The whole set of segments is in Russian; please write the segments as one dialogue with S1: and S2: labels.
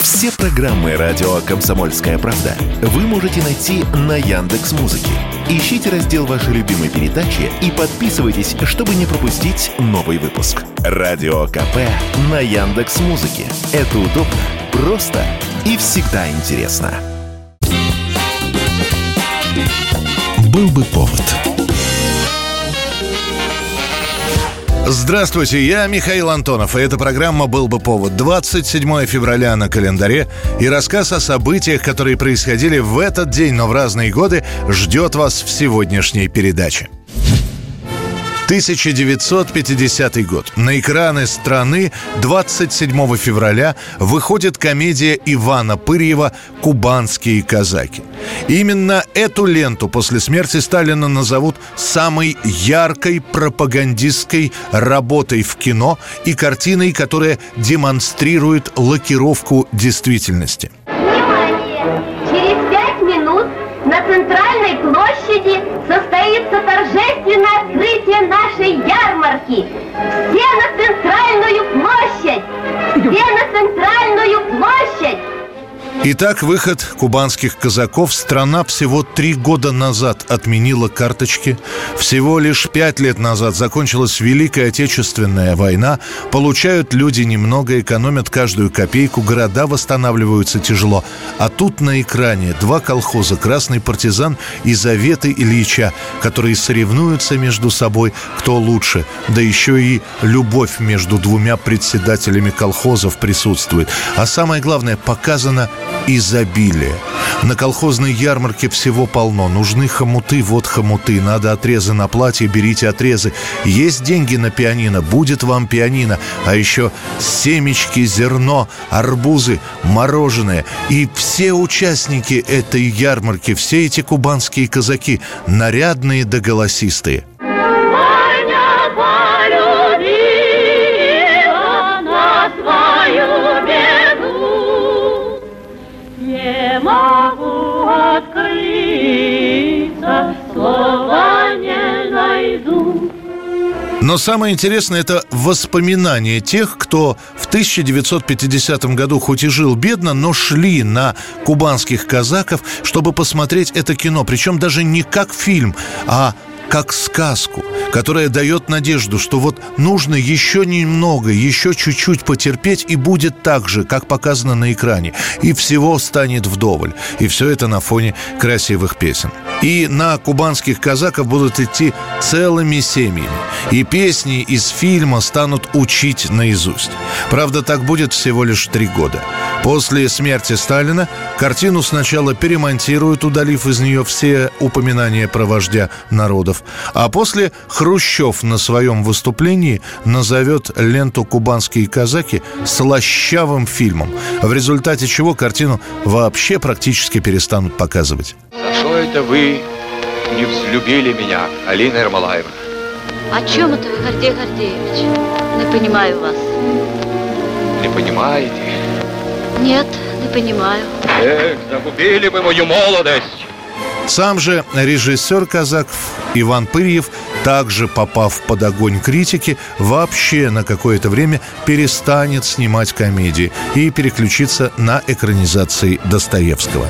S1: Все программы радио «Комсомольская правда» вы можете найти на Яндекс.Музыке. Ищите раздел вашей любимой передачи и подписывайтесь, чтобы не пропустить новый выпуск. Радио КП на Яндекс.Музыке. Это удобно, просто и всегда интересно. Был бы повод.
S2: Здравствуйте, я Михаил Антонов, и эта программа «Был бы повод». 27 февраля на календаре, и рассказ о событиях, которые происходили в этот день, но в разные годы, ждет вас в сегодняшней передаче. 1950 год. На экраны страны 27 февраля выходит комедия Ивана Пырьева «Кубанские казаки». Именно эту ленту после смерти Сталина назовут самой яркой пропагандистской работой в кино и картиной, которая демонстрирует лакировку действительности.
S3: Внимание! Через 5 минут на центральной площади состоится торжественное открытие нашей ярмарки. Все на центральную площадь! Все на центральную площадь!
S2: Итак, выход кубанских казаков. Страна всего 3 года назад отменила карточки. Всего лишь 5 лет назад закончилась Великая Отечественная война. Получают люди немного, экономят каждую копейку. Города восстанавливаются тяжело. А тут на экране 2 колхоза «Красный партизан» и «Заветы Ильича», которые соревнуются между собой, кто лучше. Да еще и любовь между 2 председателями колхозов присутствует. А самое главное, показано изобилие. На колхозной ярмарке всего полно. Нужны хомуты, вот хомуты. Надо отрезы на платье, берите отрезы. Есть деньги на пианино, будет вам пианино. А еще семечки, зерно, арбузы, мороженое. И все участники этой ярмарки, все эти кубанские казаки, нарядные да голосистые.
S4: Могу открыться, слова не найду.
S2: Но самое интересное – это воспоминания тех, кто в 1950 году хоть и жил бедно, но шли на кубанских казаков, чтобы посмотреть это кино. Причем даже не как фильм, а как сказку, которая дает надежду, что вот нужно еще немного, еще чуть-чуть потерпеть, и будет так же, как показано на экране. И всего станет вдоволь. И все это на фоне красивых песен. И на кубанских казаков будут идти целыми семьями. И песни из фильма станут учить наизусть. Правда, так будет всего лишь 3 года. После смерти Сталина картину сначала перемонтируют, удалив из нее все упоминания про вождя народов. А после Хрущев на своем выступлении назовет ленту «Кубанские казаки» слащавым фильмом, в результате чего картину вообще практически перестанут показывать.
S5: За что это вы не взлюбили меня, Алина Ермолаева?
S6: О чем это вы, Гордей Гордеевич? Не понимаю вас.
S5: Не понимаете?
S6: Нет, не понимаю.
S5: Эх, загубили вы мою молодость.
S2: Сам же режиссер казаков Иван Пырьев, также попав под огонь критики, вообще на какое-то время перестанет снимать комедии и переключится на экранизации Достоевского.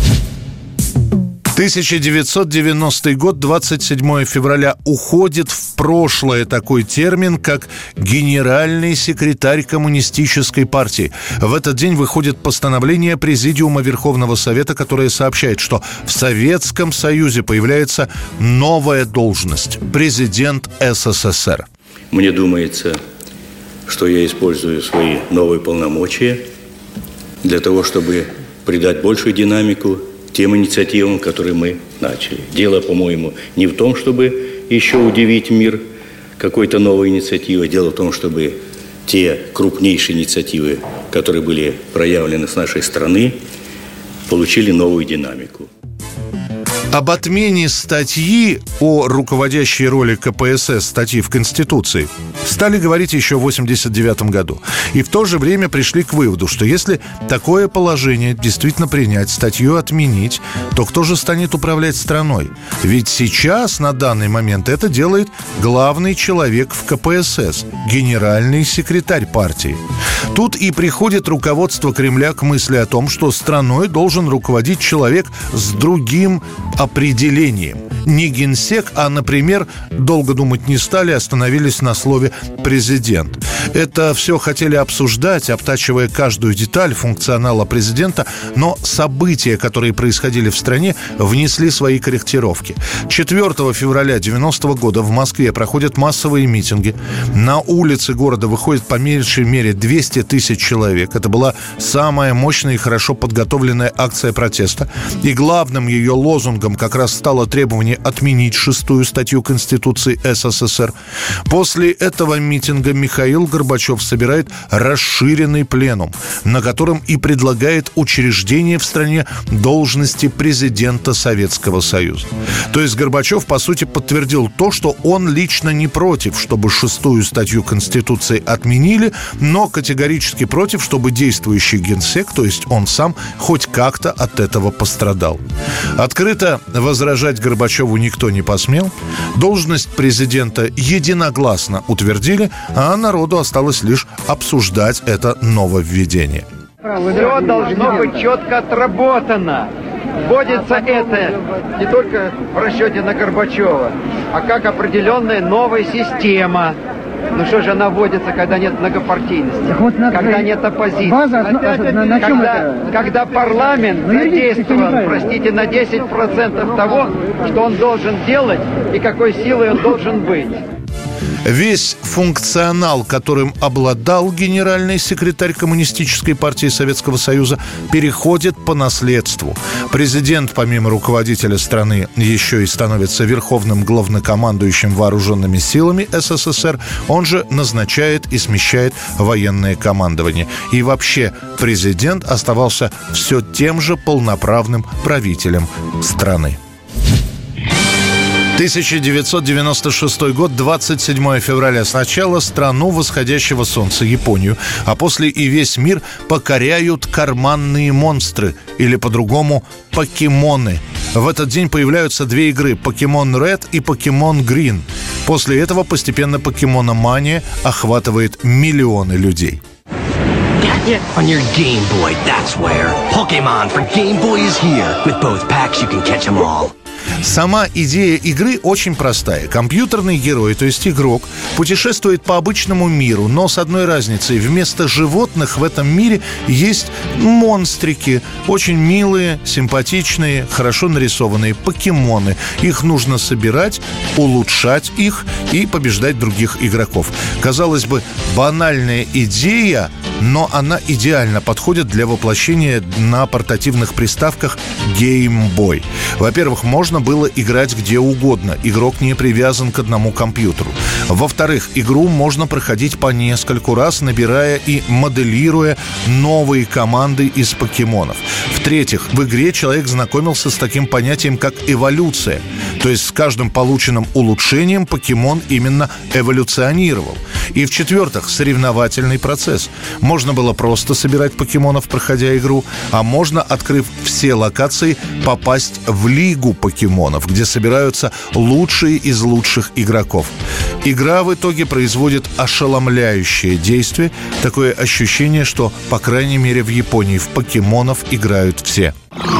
S2: 1990 год, 27 февраля, уходит в прошлое такой термин, как генеральный секретарь коммунистической партии. В этот день выходит постановление Президиума Верховного Совета, которое сообщает, что в Советском Союзе появляется новая должность – президент СССР.
S7: Мне думается, что я использую свои новые полномочия для того, чтобы придать большую динамику тем инициативам, которые мы начали. Дело, по-моему, не в том, чтобы еще удивить мир какой-то новой инициативой. Дело в том, чтобы те крупнейшие инициативы, которые были проявлены с нашей стороны, получили новую динамику.
S2: Об отмене статьи о руководящей роли КПСС, статьи в Конституции, стали говорить еще в 1989 году. И в то же время пришли к выводу, что если такое положение действительно принять, статью отменить, то кто же станет управлять страной? Ведь сейчас, на данный момент, это делает главный человек в КПСС, генеральный секретарь партии. Тут и приходит руководство Кремля к мысли о том, что страной должен руководить человек с другим определением. Не генсек, а, например, долго думать не стали, остановились на слове «президент». Это все хотели обсуждать, обтачивая каждую деталь функционала президента, но события, которые происходили в стране, внесли свои корректировки. 4 февраля 90-го года в Москве проходят массовые митинги. На улицы города выходит по меньшей мере 200 тысяч человек. Это была самая мощная и хорошо подготовленная акция протеста. И главным ее лозунгом как раз стало требование отменить 6-ю статью Конституции СССР. После этого митинга Михаил Горбачев собирает расширенный пленум, на котором и предлагает учреждение в стране должности президента Советского Союза. То есть Горбачев, по сути, подтвердил то, что он лично не против, чтобы 6-ю статью Конституции отменили, но категорически против, чтобы действующий генсек, то есть он сам, хоть как-то от этого пострадал. Открыто возражать Горбачеву никто не посмел. Должность президента единогласно утвердили, а народу осталось лишь обсуждать это нововведение.
S8: Все должно быть четко отработано. Вводится это не только в расчете на Горбачева, а как определенная новая система. Ну что же она вводится, когда нет многопартийности, когда нет оппозиции, когда парламент задействован, простите, на 10% того, что он должен делать и какой силой он должен быть.
S2: Весь функционал, которым обладал генеральный секретарь Коммунистической партии Советского Союза, переходит по наследству. Президент, помимо руководителя страны, еще и становится верховным главнокомандующим вооруженными силами СССР. Он же назначает и смещает военное командование. И вообще президент оставался все тем же полноправным правителем страны. 1996 год, 27 февраля. Сначала страну восходящего солнца, Японию, а после и весь мир покоряют карманные монстры, или по-другому покемоны. В этот день появляются две игры – Pokemon Red и Pokemon Green. После этого постепенно покемономания охватывает миллионы людей.
S9: On your Game Boy, that's where. Pokemon for Game Boy is here. With both packs you can catch them all.
S2: Сама идея игры очень простая. Компьютерный герой, то есть игрок, путешествует по обычному миру, но с одной разницей. Вместо животных в этом мире есть монстрики. Очень милые, симпатичные, хорошо нарисованные покемоны. Их нужно собирать, улучшать их и побеждать других игроков. Казалось бы, банальная идея, но она идеально подходит для воплощения на портативных приставках Game Boy. Во-первых, можно было играть где угодно. Игрок не привязан к одному компьютеру. Во-вторых, игру можно проходить по нескольку раз, набирая и моделируя новые команды из покемонов. В-третьих, в игре человек знакомился с таким понятием, как эволюция. То есть с каждым полученным улучшением покемон именно эволюционировал. И в-четвертых, соревновательный процесс. Можно было просто собирать покемонов, проходя игру, а можно, открыв все локации, попасть в лигу покемонов, где собираются лучшие из лучших игроков. Игра в итоге производит ошеломляющее действие. Такое ощущение, что, по крайней мере, в Японии в покемонов играют все.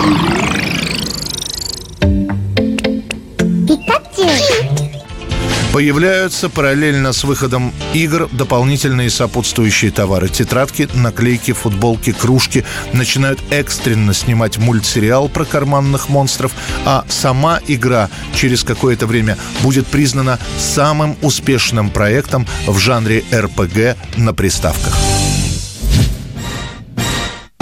S2: Появляются параллельно с выходом игр дополнительные сопутствующие товары. Тетрадки, наклейки, футболки, кружки. Начинают экстренно снимать мультсериал про карманных монстров, а сама игра через какое-то время будет признана самым успешным проектом в жанре РПГ на приставках.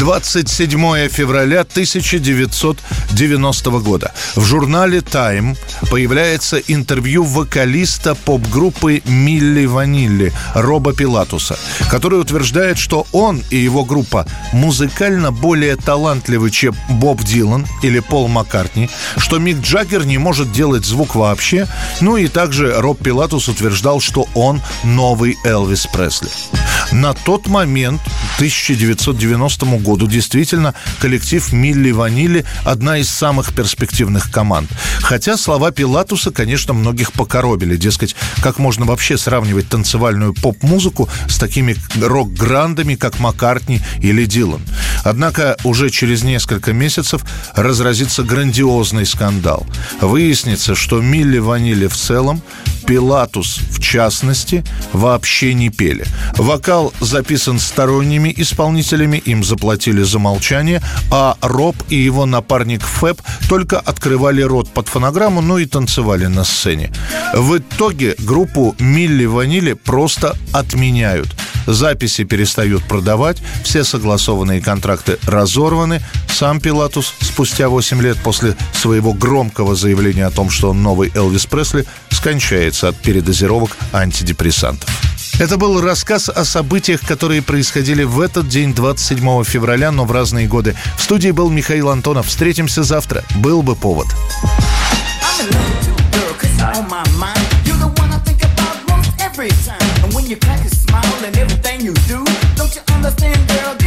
S2: 27 февраля 1990 года. В журнале Time появляется интервью вокалиста поп-группы Милли Ванилли Роба Пилатуса, который утверждает, что он и его группа музыкально более талантливы, чем Боб Дилан или Пол Маккартни, что Мик Джаггер не может делать звук вообще. Ну и также Роб Пилатус утверждал, что он новый Элвис Пресли. На тот момент, 1990 году, действительно, коллектив Милли Ванилли одна из самых перспективных команд. Хотя слова Пилатуса, конечно, многих покоробили. Дескать, как можно вообще сравнивать танцевальную поп-музыку с такими рок-грандами, как Маккартни или Дилан. Однако уже через несколько месяцев разразится грандиозный скандал. Выяснится, что Милли Ванилли в целом, Пилатус в частности, вообще не пели. Вокал записан сторонними исполнителями, им заплатили за молчание, а Роб и его напарник Фэб только открывали рот под фонограмму, ну и танцевали на сцене. В итоге группу Милли Ванилли просто отменяют. Записи перестают продавать, все согласованные контракты разорваны. Сам Пилатус спустя 8 лет после своего громкого заявления о том, что он новый Элвис Пресли, скончается от передозировок антидепрессантов. Это был рассказ о событиях, которые происходили в этот день, 27 февраля, но в разные годы. В студии был Михаил Антонов. Встретимся завтра. Был бы повод.
S10: And when you crack a smile and everything you do, don't you understand, girl?